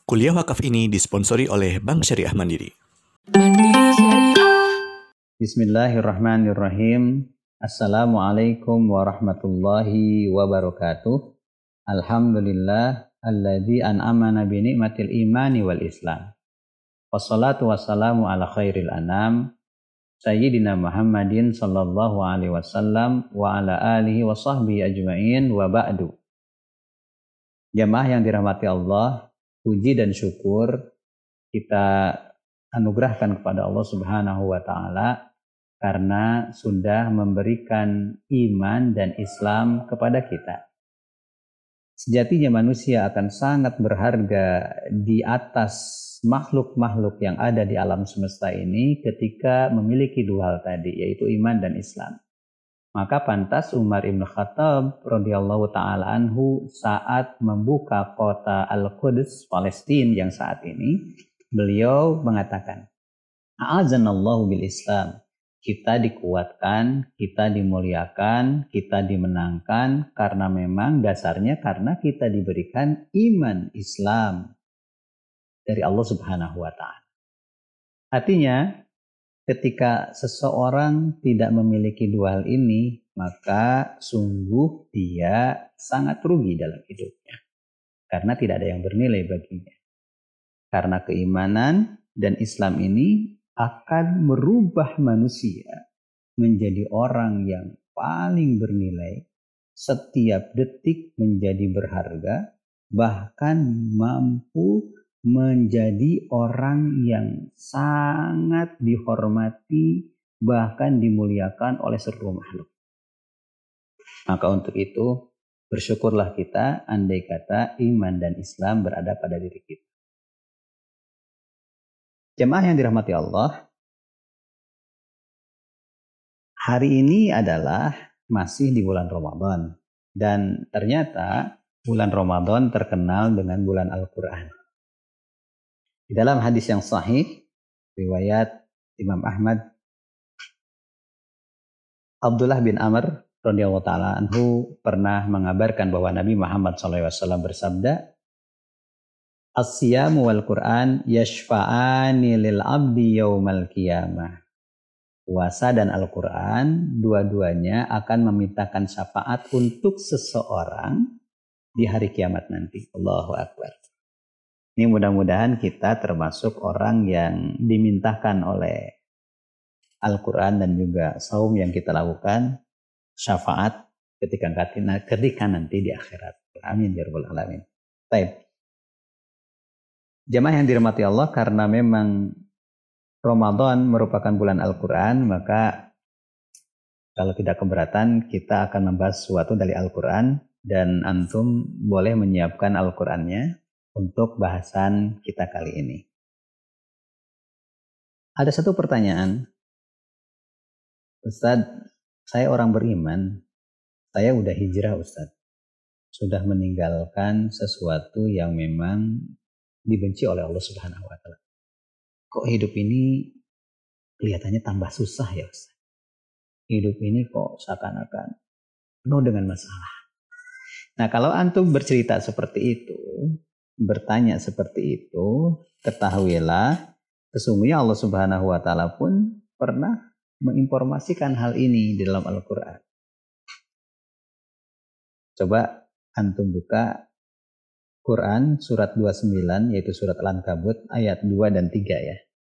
Kuliah wakaf ini disponsori oleh Bank Syariah Mandiri. Bismillahirrahmanirrahim. Assalamualaikum warahmatullahi wabarakatuh. Alhamdulillah alladzi an'amana bi ni'matil imani wal islam. Wassalatu wassalamu ala khairil anam Sayyidina Muhammadin sallallahu alaihi wasallam wa ala alihi wa sahbihi ajma'in wa ba'du. Jamaah yang dirahmati Allah, puji dan syukur kita anugerahkan kepada Allah Subhanahu wa taala karena sudah memberikan iman dan Islam kepada kita. Sejatinya manusia akan sangat berharga di atas makhluk-makhluk yang ada di alam semesta ini ketika memiliki dua hal tadi, yaitu iman dan Islam. Maka pantas Umar ibn Khattab radhiyallahu ta'ala anhu saat membuka kota Al-Quds, Palestina yang saat ini, beliau mengatakan, A'azanallahu bil Islam. Kita dikuatkan, kita dimuliakan, kita dimenangkan karena memang dasarnya karena kita diberikan iman Islam dari Allah Subhanahu wa taala. Artinya, ketika seseorang tidak memiliki dua hal ini, maka sungguh dia sangat rugi dalam hidupnya. Karena tidak ada yang bernilai baginya. Karena keimanan dan Islam ini akan merubah manusia menjadi orang yang paling bernilai, setiap detik menjadi berharga, bahkan mampu menjadi orang yang sangat dihormati, bahkan dimuliakan oleh seluruh makhluk. Maka untuk itu, bersyukurlah kita andai kata iman dan Islam berada pada diri kita. Jemaah yang dirahmati Allah, hari ini adalah masih di bulan Ramadan. Dan ternyata bulan Ramadan terkenal dengan bulan Al-Quran. Di dalam hadis yang sahih, riwayat Imam Ahmad, Abdullah bin Amr radhiyallahu ta'ala anhu pernah mengabarkan bahwa Nabi Muhammad SAW bersabda, As-siyamu wal Qur'an yashfa'ani lil abdi yaumal qiyamah. Puasa dan Al-Quran dua-duanya akan memintakan syafaat untuk seseorang di hari kiamat nanti. Allahu Akbar. Ini mudah-mudahan kita termasuk orang yang dimintakan oleh Al-Quran dan juga saum yang kita lakukan syafaat ketika nanti di akhirat. Amin ya rabbal alamin. Baik. Jemaah yang dirahmati Allah, karena memang Ramadan merupakan bulan Al-Quran, maka kalau tidak keberatan kita akan membahas sesuatu dari Al-Quran dan antum boleh menyiapkan Al-Qurannya untuk bahasan kita kali ini. Ada satu pertanyaan, Ustadz, saya orang beriman, saya udah hijrah Ustadz, sudah meninggalkan sesuatu yang memang dibenci oleh Allah Subhanahu wa taala. Kok hidup ini kelihatannya tambah susah ya Ustaz? Hidup ini kok seakan-akan penuh dengan masalah. Nah, kalau antum bercerita seperti itu, bertanya seperti itu, ketahuilah sesungguhnya Allah Subhanahu wa taala pun pernah menginformasikan hal ini di dalam Al-Qur'an. Coba antum buka Quran surat 29, yaitu surat Al-Ankabut ayat 2 dan 3 ya.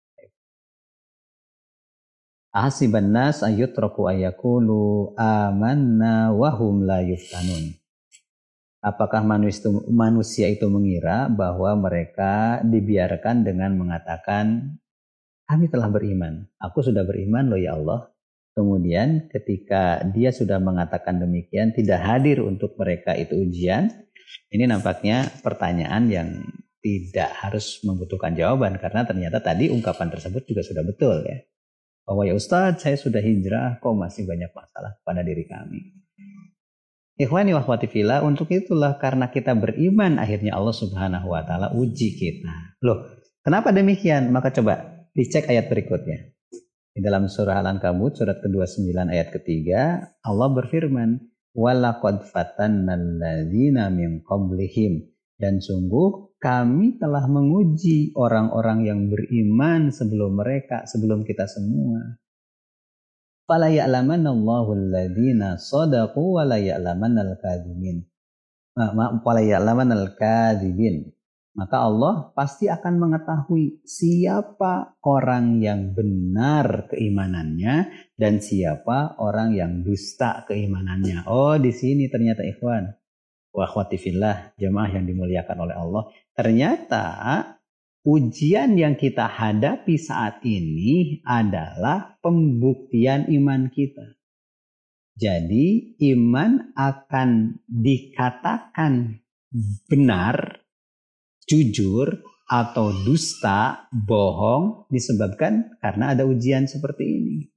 Ahasiban nas ayyutraku ayyakulu amanna wahum la yuftanun. Apakah manusia itu mengira bahwa mereka dibiarkan dengan mengatakan, kami telah beriman, aku sudah beriman loh ya Allah. Kemudian ketika dia sudah mengatakan demikian, tidak hadir untuk mereka itu ujian. Ini nampaknya pertanyaan yang tidak harus membutuhkan jawaban, karena ternyata tadi ungkapan tersebut juga sudah betul ya. Bahwa ya Ustadz, saya sudah hijrah, kok masih banyak masalah pada diri kami. Ikhwani wa akhwati fillah, untuk itulah karena kita beriman akhirnya Allah Subhanahu wa taala uji kita. Loh, kenapa demikian? Maka coba dicek ayat berikutnya. Di dalam surah Al-Ankabut surat ke-29 ayat ketiga, Allah berfirman, walaqad fatannal ladzina min qablihim Dan sungguh kami telah menguji orang-orang yang beriman sebelum kita semua. Fala ya'lamanallahu alladhina shadaqu wa la ya'lamannal kadhibin. Fala ya'lamannal kadhibin. Maka Allah pasti akan mengetahui siapa orang yang benar keimanannya dan siapa orang yang dusta keimanannya. Oh, di sini ternyata ikhwan wa akhwati fillah, jemaah yang dimuliakan oleh Allah. Ternyata ujian yang kita hadapi saat ini adalah pembuktian iman kita. Jadi iman akan dikatakan benar, jujur, atau dusta, bohong disebabkan karena ada ujian seperti ini.